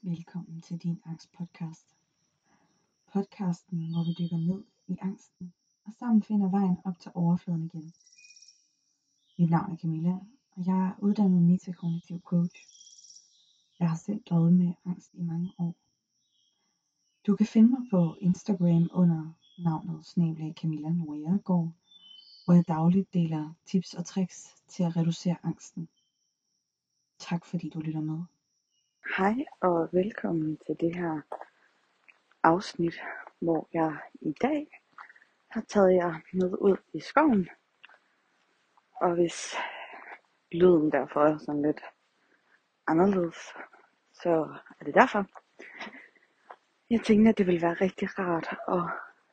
Velkommen til din angstpodcast. Podcasten, hvor vi dykker ned i angsten og sammen finder vejen op til overfladen igen. Mit navn er Camilla, og jeg er uddannet metakognitiv coach. Jeg har selv levet med angst i mange år. Du kan finde mig på Instagram under navnet @CamillaNoriagaard, hvor jeg dagligt deler tips og tricks til at reducere angsten. Tak fordi du lytter med. Hej og velkommen til det her afsnit, hvor jeg i dag har taget jer med ud i skoven. Og hvis lyden derfor er sådan lidt anderledes, så er det derfor. Jeg tænkte, at det ville være rigtig rart at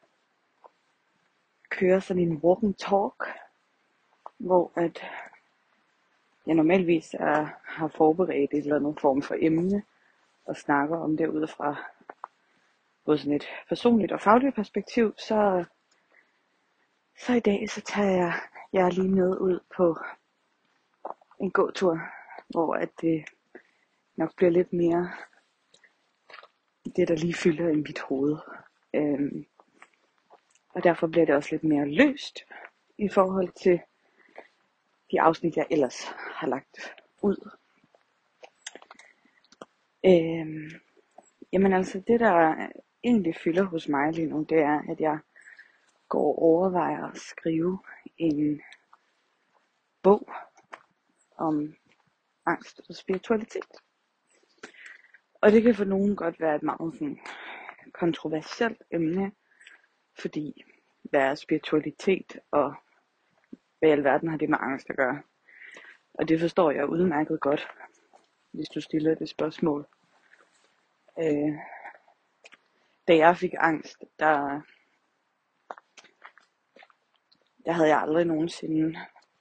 køre sådan en walk and talk, hvor at jeg normalvis har forberedt et eller andet form for emne og snakker om det ud fra både sådan et personligt og fagligt perspektiv, så i dag så tager jeg lige med ud på en gåtur, hvor at det nok bliver lidt mere det, der lige fylder i mit hoved. Og derfor bliver det også lidt mere løst i forhold til de afsnit, jeg ellers har lagt ud. Jamen altså, det der egentlig fylder hos mig lige nu, det er, at jeg går og overvejer at skrive en bog om angst og spiritualitet. Og det kan for nogen godt være et meget sådan kontroversielt emne, fordi hvad er spiritualitet, og hvad i alverden har det med angst at gøre? Og det forstår jeg udmærket godt, hvis du stiller det spørgsmål. Da jeg fik angst, der havde jeg aldrig nogensinde,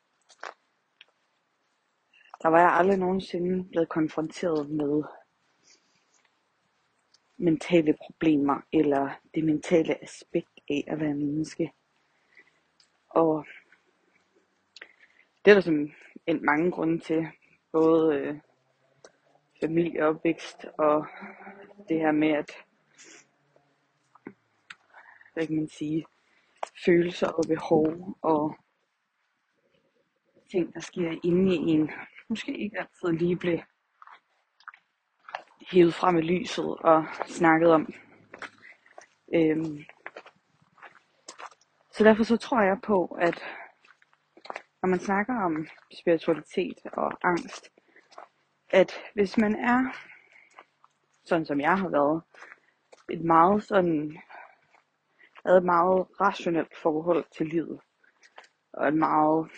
var jeg aldrig nogensinde blevet konfronteret med mentale problemer, eller det mentale aspekt af at være menneske. Og det er der simpelthen mange grunde til, både familieopvækst og det her med, at hvad kan man sige, følelser og behov og ting, der sker inde i en, måske ikke altid lige blev hævet frem i lyset og snakket om. Så derfor så tror jeg på, at når man snakker om spiritualitet og angst, at hvis man er, sådan som jeg har været, et meget rationelt forhold til livet, og et meget,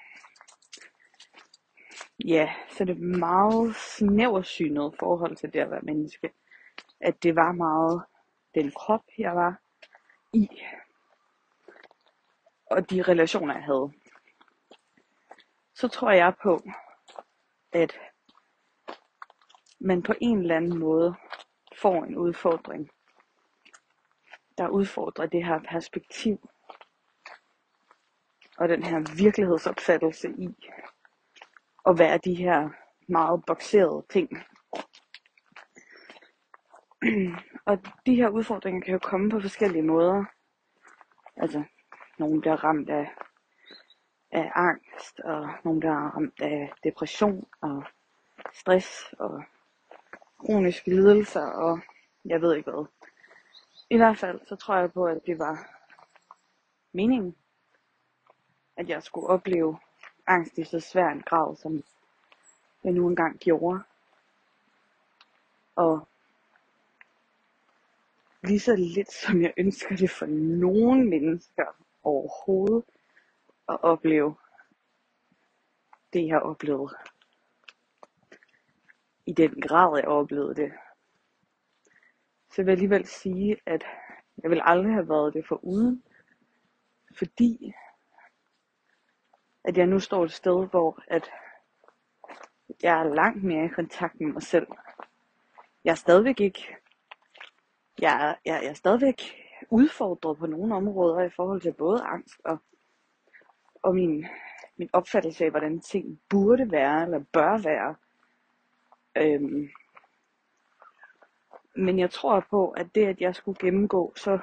så et meget snæversynet forhold til det at være menneske, at det var meget den krop, jeg var i, og de relationer, jeg havde, så tror jeg på, at man på en eller anden måde får en udfordring, der udfordrer det her perspektiv, og den her virkelighedsopfattelse i at være de her meget bokserede ting. Og de her udfordringer kan jo komme på forskellige måder. Altså, nogen bliver ramt af angst, og nogen bliver ramt af depression og stress og kroniske lidelser, og jeg ved ikke hvad. I hvert fald så tror jeg på, at det var meningen, at jeg skulle opleve angst i så svær en grad, som jeg nu engang gjorde. Og lige så lidt som jeg ønsker det for nogen mennesker overhovedet at opleve det, jeg har oplevet. I den grad, jeg oplevede det. Så vil jeg alligevel sige, at jeg vil aldrig have været det foruden. Fordi at jeg nu står et sted, hvor at jeg er langt mere i kontakt med mig selv. Jeg er stadigvæk ikke, jeg er stadigvæk udfordret på nogle områder i forhold til både angst og min opfattelse af, hvordan ting burde være eller bør være. Men jeg tror på, at det, at jeg skulle gennemgå, så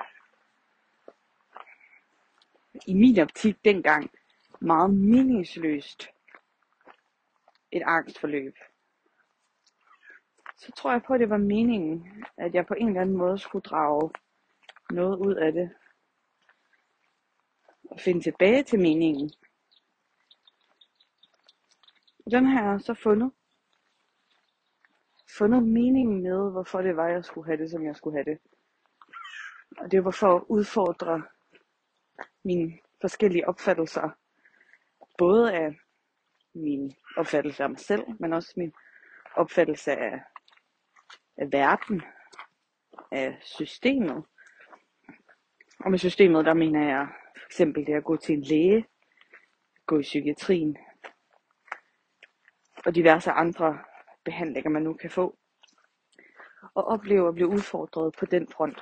i min optik dengang, meget meningsløst et angstforløb, så tror jeg på, at det var meningen, at jeg på en eller anden måde skulle drage noget ud af det, og finde tilbage til meningen. Og den har jeg så fundet meningen med, hvorfor det var, jeg skulle have det, som jeg skulle have det. Og det var for at udfordre mine forskellige opfattelser, både af min opfattelse af mig selv, men også min opfattelse af verden, af systemet. Og med systemet, der mener jeg for eksempel det at gå til en læge, gå i psykiatrien, og diverse andre behandlinger, man nu kan få, og opleve at blive udfordret på den front.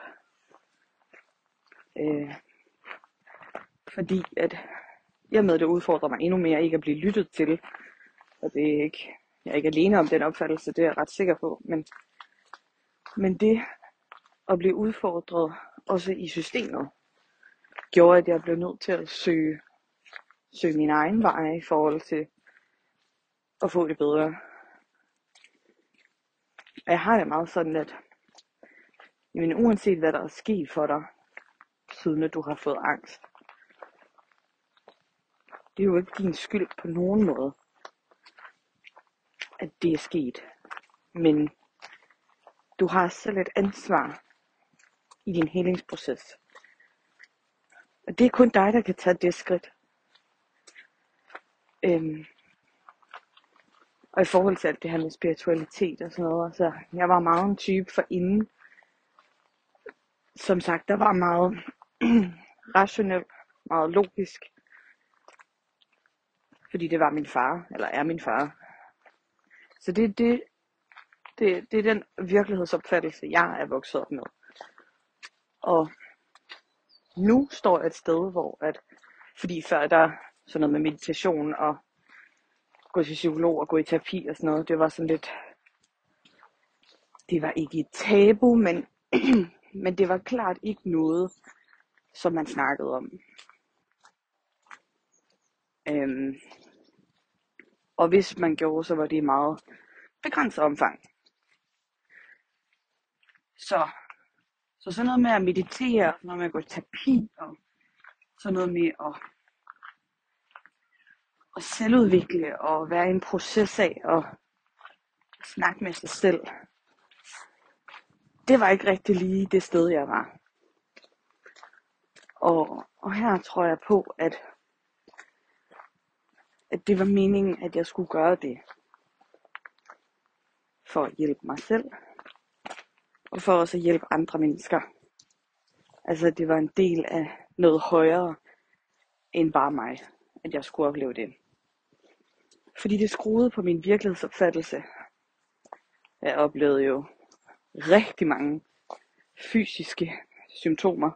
Fordi at jeg med det udfordrer mig endnu mere ikke at blive lyttet til, og det er ikke, jeg er ikke alene om den opfattelse, det er jeg ret sikker på, men det at blive udfordret også i systemet, gjorde, at jeg blev nødt til at søge min egen vej i forhold til at få det bedre. Og jeg har det meget sådan, at uanset hvad der er sket for dig, siden at du har fået angst, det er jo ikke din skyld på nogen måde, at det er sket. Men du har selv et ansvar i din helingsproces. Og det er kun dig, der kan tage det skridt. Og i forhold til alt det her med spiritualitet og sådan noget, så jeg var meget en type for inden. Som sagt, der var meget rationelt, meget logisk. Fordi det var min far, eller er min far. Så det er den virkelighedsopfattelse, jeg er vokset op med. Og nu står jeg et sted, hvor fordi før der sådan noget med meditation og gå til psykolog og gå i terapi og sådan noget, det var sådan lidt, det var ikke et tabu, men, men det var klart ikke noget, som man snakkede om. Og hvis man gjorde, så var det i meget begrænset omfang. Så sådan noget med at meditere, sådan noget med at gå i terapi, og sådan noget med at selvudvikle og være i en proces af at snakke med sig selv. Det var ikke rigtig lige det sted, jeg var. Og her tror jeg på, at det var meningen, at jeg skulle gøre det. For at hjælpe mig selv. Og for også at hjælpe andre mennesker. Altså, det var en del af noget højere end bare mig, at jeg skulle opleve det. Fordi det skruede på min virkelighedsopfattelse. Jeg oplevede jo rigtig mange fysiske symptomer.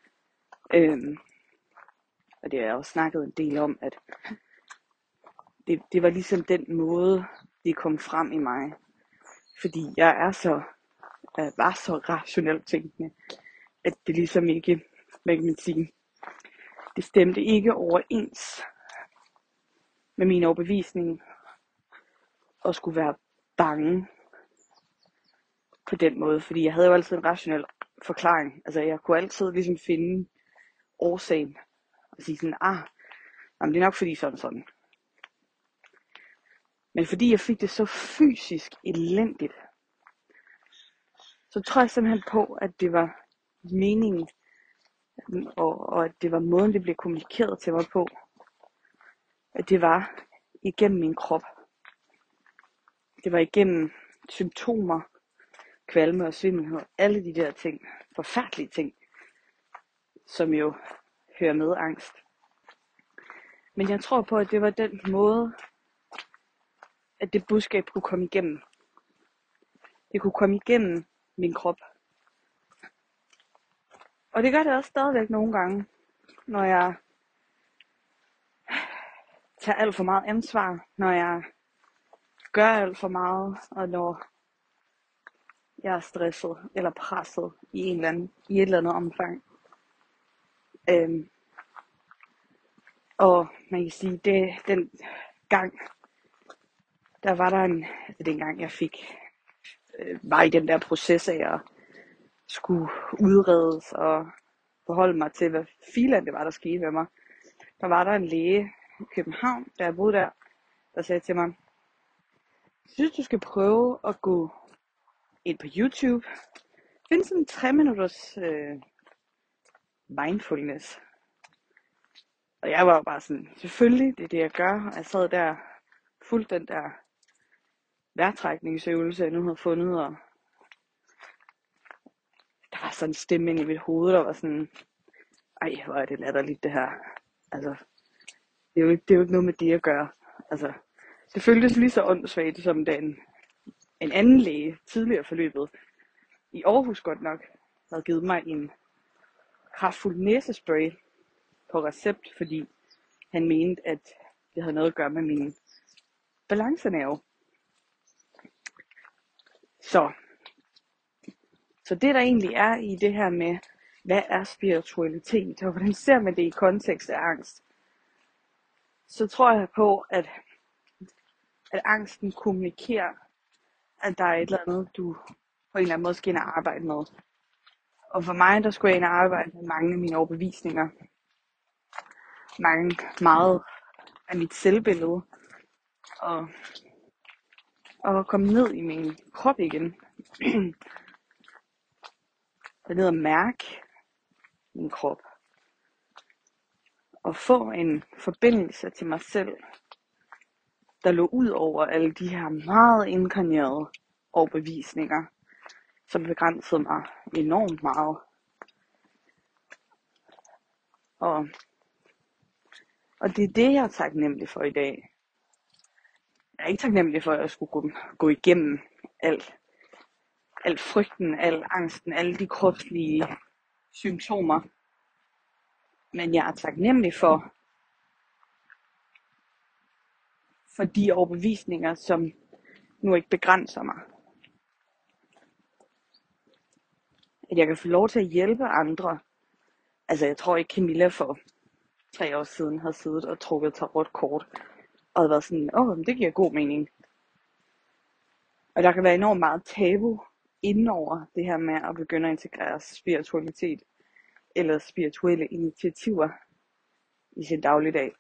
Og det har jeg også snakket en del om, at det var ligesom den måde, det kom frem i mig. Fordi jeg var så rationelt tænkende, at det ligesom ikke, hvad kan man sige, det stemte ikke overens med min overbevisning at skulle være bange på den måde. Fordi jeg havde jo altid en rationel forklaring. Altså jeg kunne altid ligesom finde årsagen og sige sådan, jamen det er nok fordi sådan. Men fordi jeg fik det så fysisk elendigt, så tror jeg simpelthen på, at det var meningen, og at det var måden, det blev kommunikeret til mig på, at det var igennem min krop. Det var igennem symptomer, kvalme og svimmelhed, alle de der ting, forfærdelige ting, som jo hører med angst. Men jeg tror på, at det var den måde, at det budskab kunne komme igennem. Det kunne komme igennem min krop. Og det gør det også stadigvæk nogle gange, når jeg tager alt for meget ansvar, når jeg gør alt for meget, og når jeg er stresset eller presset i et eller andet omfang. Og man kan sige, den gang, der var der dengang jeg var i den der proces af at skulle udredes og forholde mig til, hvad filan det var, der skete med mig. Der var der en læge i København, da jeg boede der sagde til mig, jeg synes, du skal prøve at gå ind på YouTube, finde sådan en 3 minutters mindfulness. Og jeg var bare sådan, selvfølgelig, det er det, jeg gør. Og jeg sad der, fuldt den der vejrtrækningsøvelse, jeg nu havde fundet, og der var sådan en stemme ind i mit hoved, der var sådan, ej, hvor er det latterligt det her. Altså, det er jo ikke noget med det at gøre. Altså, det føltes lige så åndssvagt, som da en anden læge tidligere forløbet i Aarhus godt nok havde givet mig en kraftfuld næsespray på recept, fordi han mente, at det havde noget at gøre med min balancenerve. Så det der egentlig er i det her med, hvad er spiritualitet, og hvordan ser man det i kontekst af angst, så tror jeg på, at angsten kommunikerer, at der er et eller andet, du på en eller anden måde skal ind og arbejde med. Og for mig, der skulle jeg ind og arbejde med mange af mine overbevisninger. Meget af mit selvbillede. Og komme ned i min krop igen. Og ned og mærke min krop. Og få en forbindelse til mig selv, der lå ud over alle de her meget inkarnerede overbevisninger, som begrænsede mig enormt meget. Og det er det, jeg er taknemmelig for i dag. Jeg er ikke taknemmelig for, at jeg skulle gå igennem al frygten, al angsten, alle de kropslige symptomer. Men jeg er taknemmelig for de overbevisninger, som nu ikke begrænser mig. At jeg kan få lov til at hjælpe andre. Altså, jeg tror ikke, Camilla for 3 år siden havde siddet og trukket tarotkort. Og havde været sådan, men det giver god mening. Og der kan være enormt meget tabu indenover det her med at begynde at integrere spiritualitet eller spirituelle initiativer i sin dagligdag.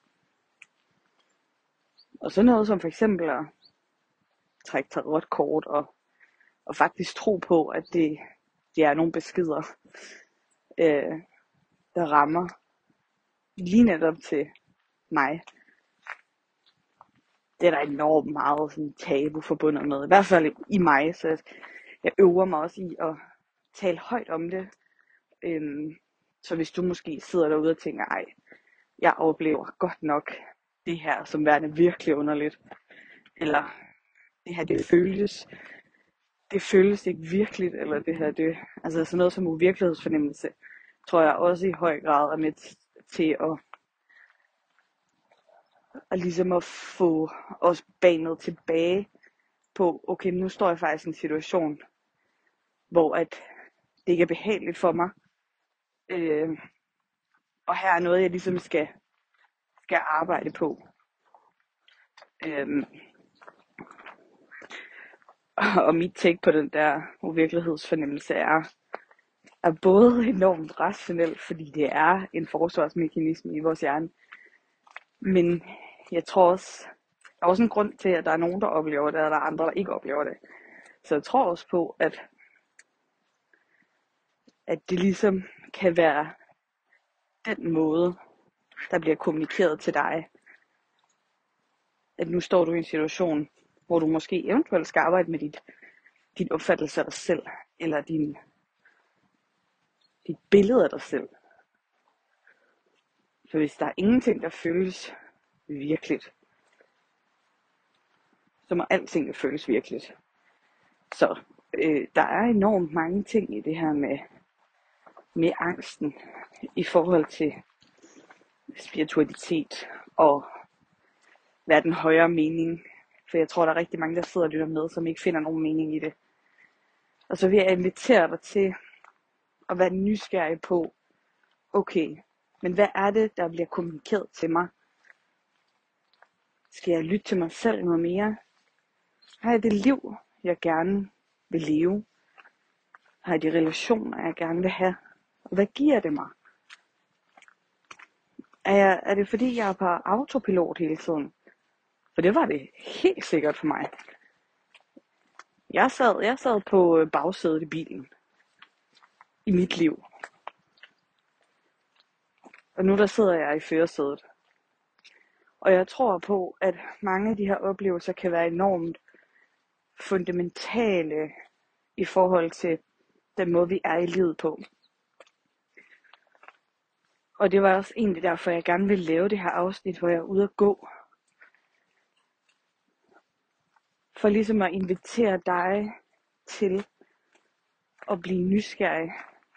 Og så noget som for eksempel at trække tarotkort og faktisk tro på, at det er nogle beskeder, der rammer lige netop til mig. Det er der enormt meget sådan, tabu forbundet med. I hvert fald i mig, så jeg øver mig også i at tale højt om det. Så hvis du måske sidder derude og tænker, ej, jeg oplever godt nok det her som værende virkelig underligt. Eller det her, det føles ikke virkeligt, eller det her, altså sådan noget som uvirkelighedsfornemmelse, tror jeg også i høj grad er med til at ligesom at få os banet tilbage på, okay, nu står jeg faktisk i en situation, hvor at det ikke er behageligt for mig. Og her er noget, jeg ligesom skal arbejde på. Og mit take på den der uvirkelighedsfornemmelse er både enormt rationelt, fordi det er en forsvarsmekanisme i vores hjerne. Men jeg tror også, der er også en grund til, at der er nogen, der oplever det, og der er andre, der ikke oplever det. Så jeg tror også på, at det ligesom kan være den måde, der bliver kommunikeret til dig. At nu står du i en situation, hvor du måske eventuelt skal arbejde med din opfattelse af dig selv, eller dit billede af dig selv. For hvis der er ingenting, der føles virkeligt, så må alting jo føles virkeligt. Så der er enormt mange ting i det her med angsten i forhold til spiritualitet og hvad er den højere mening. For jeg tror, der er rigtig mange, der sidder og lytter med, som ikke finder nogen mening i det. Og så vil jeg invitere dig til at være nysgerrig på, okay, men hvad er det, der bliver kommunikeret til mig? Skal jeg lytte til mig selv noget mere? Har jeg det liv, jeg gerne vil leve? Har jeg de relationer, jeg gerne vil have? Og hvad giver det mig? Er det fordi, jeg er på autopilot hele tiden? For det var det helt sikkert for mig. Jeg sad på bagsædet i bilen. I mit liv. Og nu der sidder jeg i førersædet. Og jeg tror på, at mange af de her oplevelser kan være enormt fundamentale i forhold til den måde, vi er i livet på. Og det var også egentlig derfor, jeg gerne ville lave det her afsnit, hvor jeg er ude at gå. For ligesom at invitere dig til at blive nysgerrig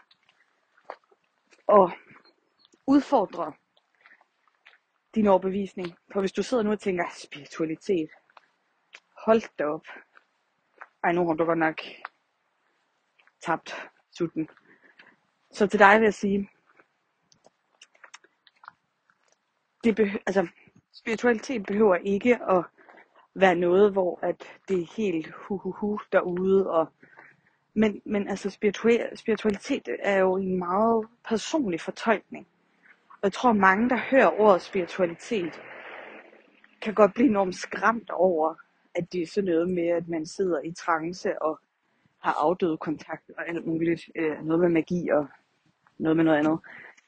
og udfordre din overbevisning. For hvis du sidder nu og tænker, spiritualitet, hold da op. Ej, nu har du godt nok tabt sutten. Så til dig vil jeg sige, spiritualitet behøver ikke at være noget, hvor at det er helt derude. Men altså spiritualitet er jo en meget personlig fortolkning. Og jeg tror, mange, der hører ordet spiritualitet, kan godt blive enormt skræmt over, at det er sådan noget med, at man sidder i trance og har afdøde kontakt og alt muligt. Noget med magi og noget med noget andet.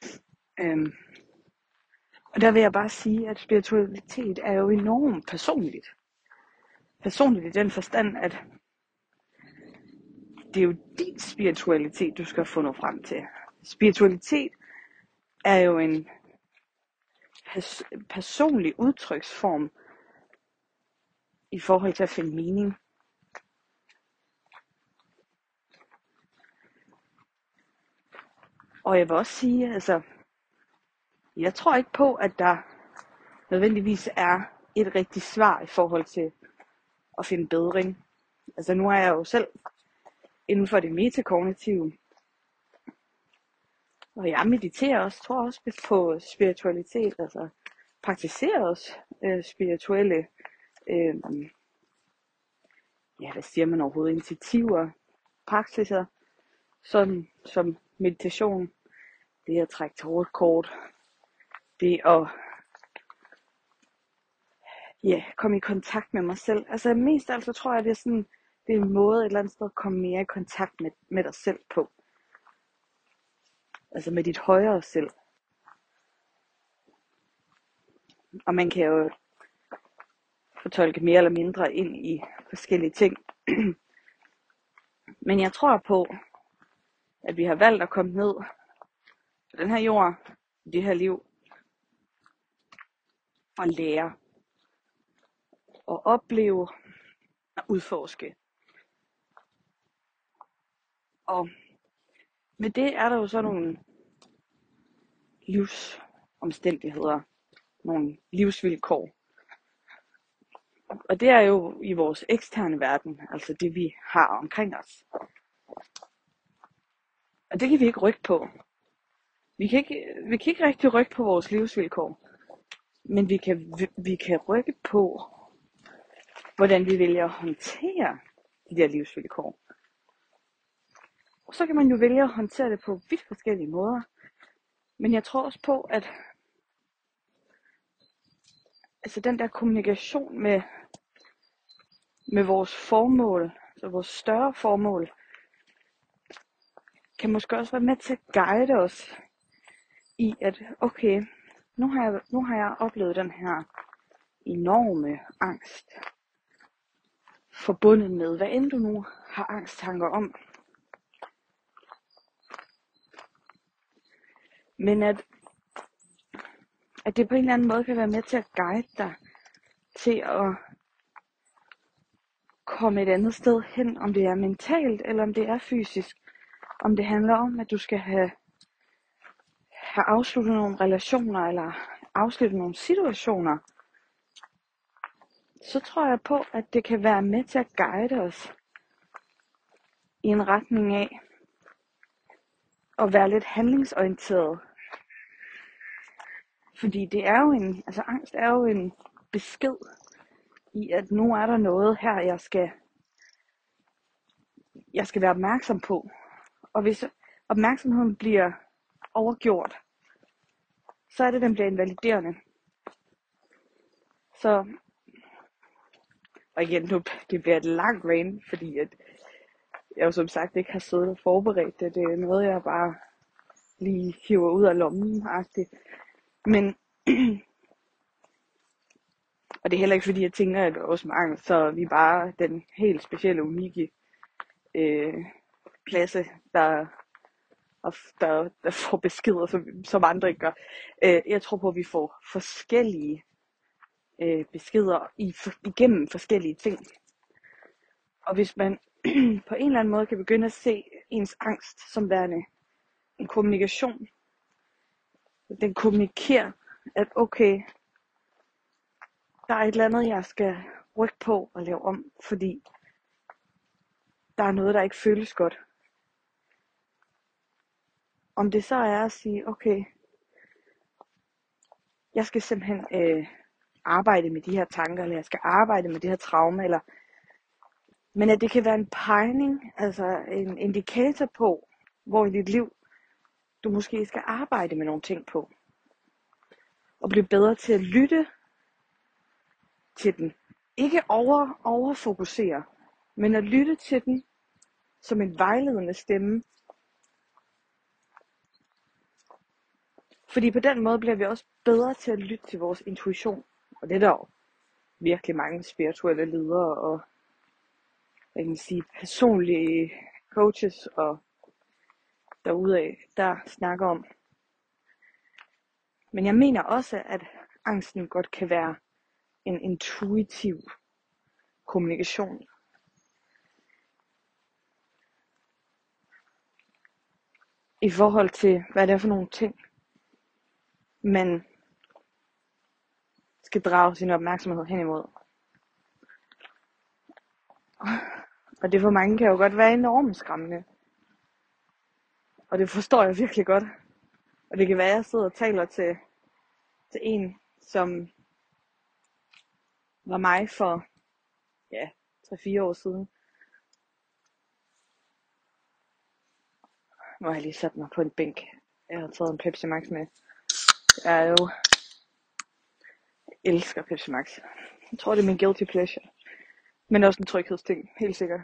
Og der vil jeg bare sige, at spiritualitet er jo enormt personligt. Personligt i den forstand, at det er jo din spiritualitet, du skal få noget frem til. Spiritualitet er jo en personlig udtryksform i forhold til at finde mening. Og jeg vil også sige, jeg tror ikke på, at der nødvendigvis er et rigtigt svar i forhold til at finde bedring. Altså nu er jeg jo selv inden for det metakognitive, og jeg mediterer også, tror også på spiritualitet, altså praktiserer også spirituelle, hvad siger man overhovedet, initiativer, praksiser, sådan som meditation, det at trække tarotkort, det at komme i kontakt med mig selv. Altså mest af alt så tror jeg, det er en måde et eller andet sted at komme mere i kontakt med dig selv på. Altså med dit højere selv. Og man kan jo fortolke mere eller mindre ind i forskellige ting. Men jeg tror på, at vi har valgt at komme ned på den her jord, i det her liv, og lære, og opleve, og udforske. Og med det er der jo så nogle livsomstændigheder, nogle livsvilkår. Og det er jo i vores eksterne verden, altså det vi har omkring os. Og det kan vi ikke rykke på. Vi kan ikke rigtig rykke på vores livsvilkår. Men vi kan rykke på, hvordan vi vælger at håndtere de der livsvilkår. Og så kan man jo vælge at håndtere det på vidt forskellige måder. Men jeg tror også på, at den der kommunikation med vores formål, så vores større formål, kan måske også være med til at guide os i, at okay, nu har jeg oplevet den her enorme angst, forbundet med, hvad end du nu har angsttanker om. Men at det på en eller anden måde kan være med til at guide dig til at komme et andet sted hen, om det er mentalt, eller om det er fysisk. Om det handler om, at du skal have afsluttet nogle relationer, eller afsluttet nogle situationer, så tror jeg på, at det kan være med til at guide os i en retning af at være lidt handlingsorienteret. Fordi det er jo angst er jo en besked i, at nu er der noget her, jeg skal være opmærksom på. Og hvis opmærksomheden bliver overgjort, så er det, den bliver invaliderende. Så, og igen, nu det bliver et langt rant, fordi at jeg jo som sagt ikke har siddet og forberedt det. Det er noget, jeg bare lige hiver ud af lommen-agtigt. Men, og det er heller ikke fordi, jeg tænker, at også med angst, så er vi bare den helt specielle, unikke klasse, der får beskeder, som andre ikke gør. Jeg tror på, at vi får forskellige beskeder igennem forskellige ting. Og hvis man på en eller anden måde kan begynde at se ens angst som værende en kommunikation, den kommunikerer, at okay, der er et eller andet, jeg skal rykke på og lave om, fordi der er noget, der ikke føles godt. Om det så er at sige, okay, jeg skal simpelthen arbejde med de her tanker, eller jeg skal arbejde med det her traume, men at det kan være en pegning, altså en indikator på, hvor i dit liv, du måske skal arbejde med nogle ting på. Og blive bedre til at lytte til den. Ikke overfokusere, men at lytte til den som en vejledende stemme. Fordi på den måde bliver vi også bedre til at lytte til vores intuition. Og det er der jo virkelig mange spirituelle ledere og jeg kan sige, personlige coaches og derudaf, der snakker om. Men jeg mener også, at angsten godt kan være en intuitiv kommunikation. I forhold til, hvad det er for nogle ting, man skal drage sin opmærksomhed hen imod. Og det for mange kan jo godt være enormt skræmmende. Og det forstår jeg virkelig godt. Og det kan være, at jeg sidder og taler til en, som var mig for 3-4 år siden. Nu har jeg lige sat mig på en bænk. Jeg har taget en Pepsi Max med. Jeg elsker Pepsi Max. Jeg tror, det er min guilty pleasure. Men også en tryghedsting, helt sikkert.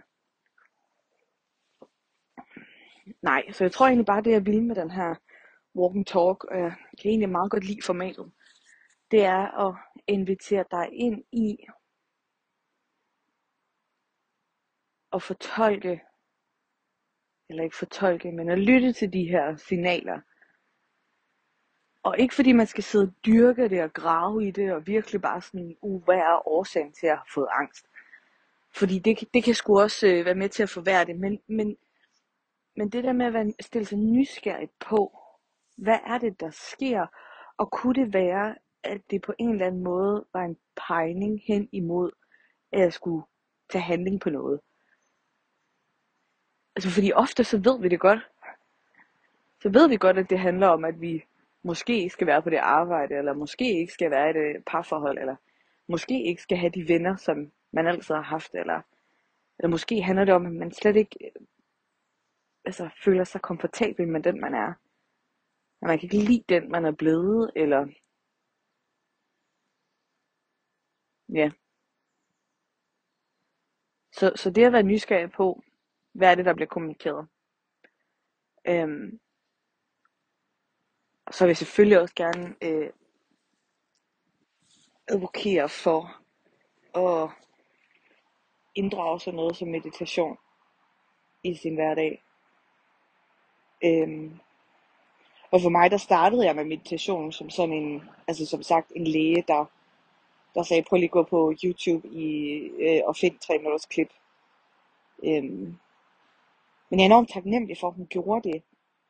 Nej, så jeg tror egentlig bare, det jeg vil med den her walk and talk, og jeg kan egentlig meget godt lide formatet, det er at invitere dig ind i at fortolke, eller ikke fortolke, men at lytte til de her signaler. Og ikke fordi man skal sidde og dyrke det og grave i det, og virkelig bare sådan, hvad er årsagen til at have fået angst? Fordi det kan sgu også være med til at forværre det, men det der med at stille sig nysgerrig på, hvad er det, der sker? Og kunne det være, at det på en eller anden måde var en pegning hen imod, at jeg skulle tage handling på noget? Altså fordi ofte så ved vi det godt. Så ved vi godt, at det handler om, at vi måske ikke skal være på det arbejde, eller måske ikke skal være i det parforhold, eller måske ikke skal have de venner, som man altid har haft, eller måske handler det om, at man slet ikke føler sig komfortabel med den, man er. At man kan ikke lide den, man er blevet, eller ja. Så det at være nysgerrig på, hvad er det, der bliver kommunikeret. Så vil jeg selvfølgelig også gerne advokere for at inddrage sådan noget som meditation i sin hverdag. Og for mig, der startede jeg med meditation som sådan en, som sagt en læge, der sagde, prøv lige at gå på YouTube og find 3 minutters klip. Men jeg er enormt taknemmelig for, at hun gjorde det.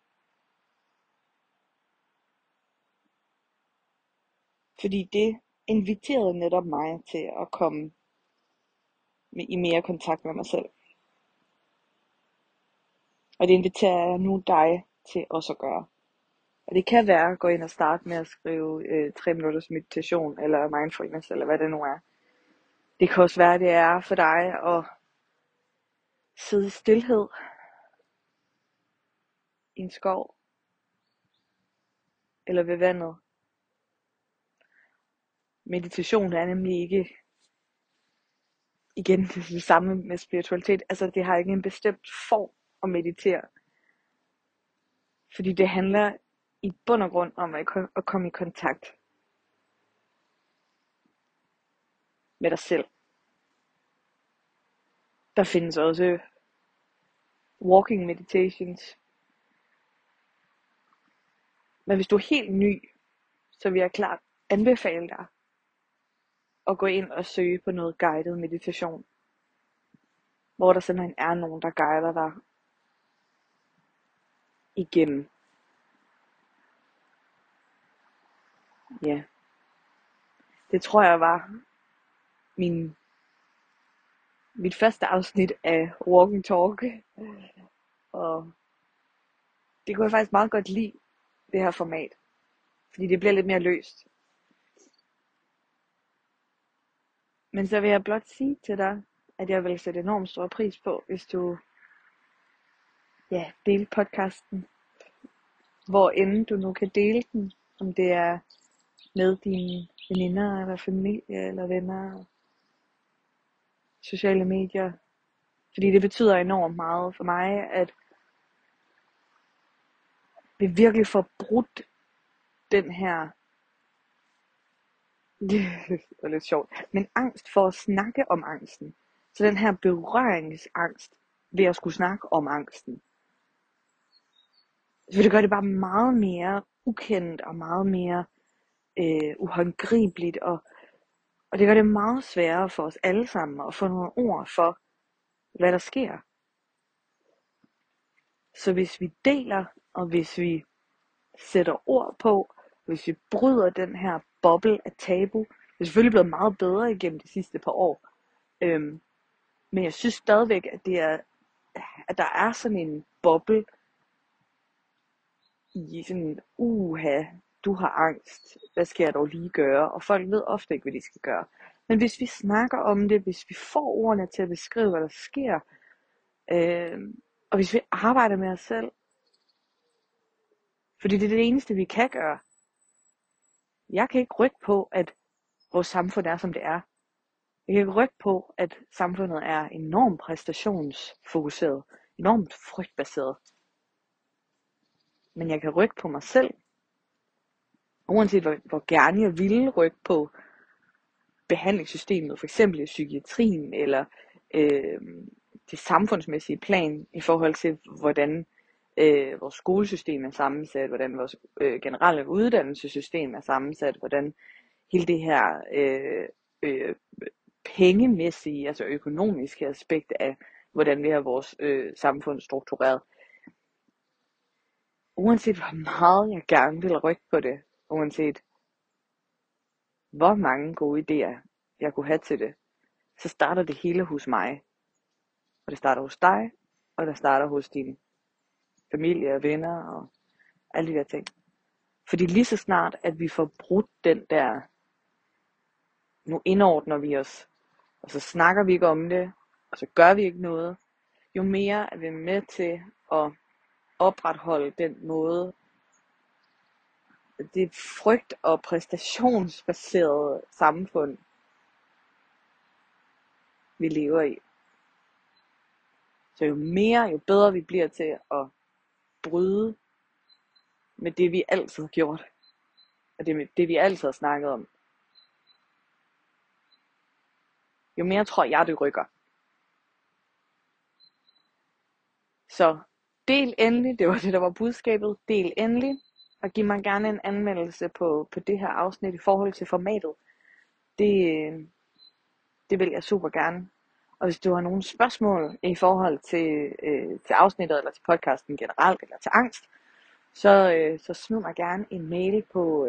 Fordi det inviterede netop mig til at komme i mere kontakt med mig selv. Og det inviterer jeg nu dig til også at gøre. Og det kan være at gå ind og starte med at skrive 3 minutters meditation, eller mindfulness, eller hvad det nu er. Det kan også være, at det er for dig at sidde i stilhed i en skov, eller ved vandet. Meditation er nemlig ikke, igen, det samme med spiritualitet. Altså, det har ikke en bestemt form at meditere. Fordi det handler i bund og grund om at komme i kontakt med dig selv. Der findes også walking meditations. Men hvis du er helt ny, så vil jeg klart anbefale dig at gå ind og søge på noget guided meditation. Hvor der simpelthen er nogen, der guider dig igennem. Ja. Det tror jeg var mit første afsnit af Walk and Talk. Og det kunne jeg faktisk meget godt lide, det her format. Fordi det bliver lidt mere løst. Men så vil jeg blot sige til dig, at jeg vil sætte enormt stor pris på, hvis du deler podcasten. Hvor end du nu kan dele den. Om det er med dine veninder, eller familie, eller venner. Sociale medier. Fordi det betyder enormt meget for mig, at vi virkelig får brudt den her, det er lidt sjovt, men angst for at snakke om angsten. Så den her berøringsangst ved at skulle snakke om angsten. Så det gør det bare meget mere ukendt og meget mere uhåndgribeligt. Og det gør det meget sværere for os alle sammen at få nogle ord for, hvad der sker. Så hvis vi deler, og hvis vi sætter ord på, hvis vi bryder den her boble af tabu, det er selvfølgelig blevet meget bedre igennem de sidste par år. Men jeg synes stadigvæk, at der er sådan en boble i sådan, du har angst, hvad skal jeg dog lige gøre? Og folk ved ofte ikke, hvad de skal gøre. Men hvis vi snakker om det, hvis vi får ordene til at beskrive, hvad der sker, og hvis vi arbejder med os selv, fordi det er det eneste, vi kan gøre. Jeg kan ikke rykke på, at vores samfund er, som det er. Jeg kan ikke rykke på, at samfundet er enormt præstationsfokuseret, enormt frygtbaseret. Men jeg kan rykke på mig selv. Uanset hvor gerne jeg ville rykke på behandlingssystemet, for eksempel i psykiatrien, eller det samfundsmæssige plan, i forhold til hvordan vores skolesystem er sammensat, hvordan vores generelle uddannelsessystem er sammensat, hvordan hele det her pengemæssige, altså økonomiske aspekt af, hvordan vi har vores samfund struktureret. Uanset hvor meget jeg gerne vil rykke på det, uanset hvor mange gode idéer jeg kunne have til det, så starter det hele hos mig. Og det starter hos dig, og det starter hos din familie og venner og alle de der ting. Fordi lige så snart, at vi får brudt den der, nu indordner vi os, og så snakker vi ikke om det, og så gør vi ikke noget, jo mere er vi med til at opretholde den måde, det frygt- og præstationsbaserede samfund, vi lever i. Så jo bedre vi bliver til at bryde med det, vi altid har gjort, og det vi altid har snakket om, jo mere tror jeg, det rykker. Så del endelig, det var det, der var budskabet, del endelig, og giv mig gerne en anmeldelse på det her afsnit i forhold til formatet. Det vil jeg super gerne. Og hvis du har nogle spørgsmål i forhold til afsnittet, eller til podcasten generelt, eller til angst, så smid mig gerne en mail på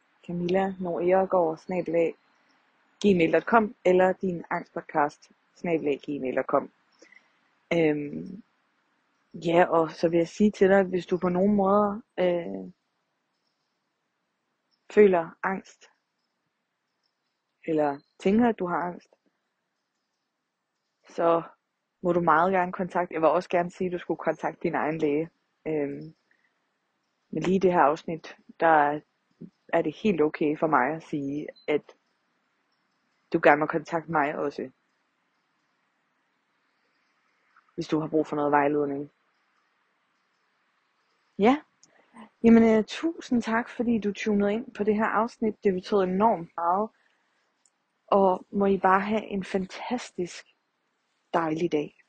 camilla.noeregård@gmail.com eller din angstpodcast @gmail.com. Ja, og så vil jeg sige til dig, at hvis du på nogen måder føler angst, eller tænker, at du har angst, så må du meget gerne kontakte. Jeg vil også gerne sige, at du skulle kontakte din egen læge. Men lige i det her afsnit, der er det helt okay for mig at sige, at du gerne må kontakte mig også, hvis du har brug for noget vejledning. Ja, jamen tusind tak, fordi du tunede ind på det her afsnit. Det betød enormt meget. Og må I bare have en fantastisk dejlig dag.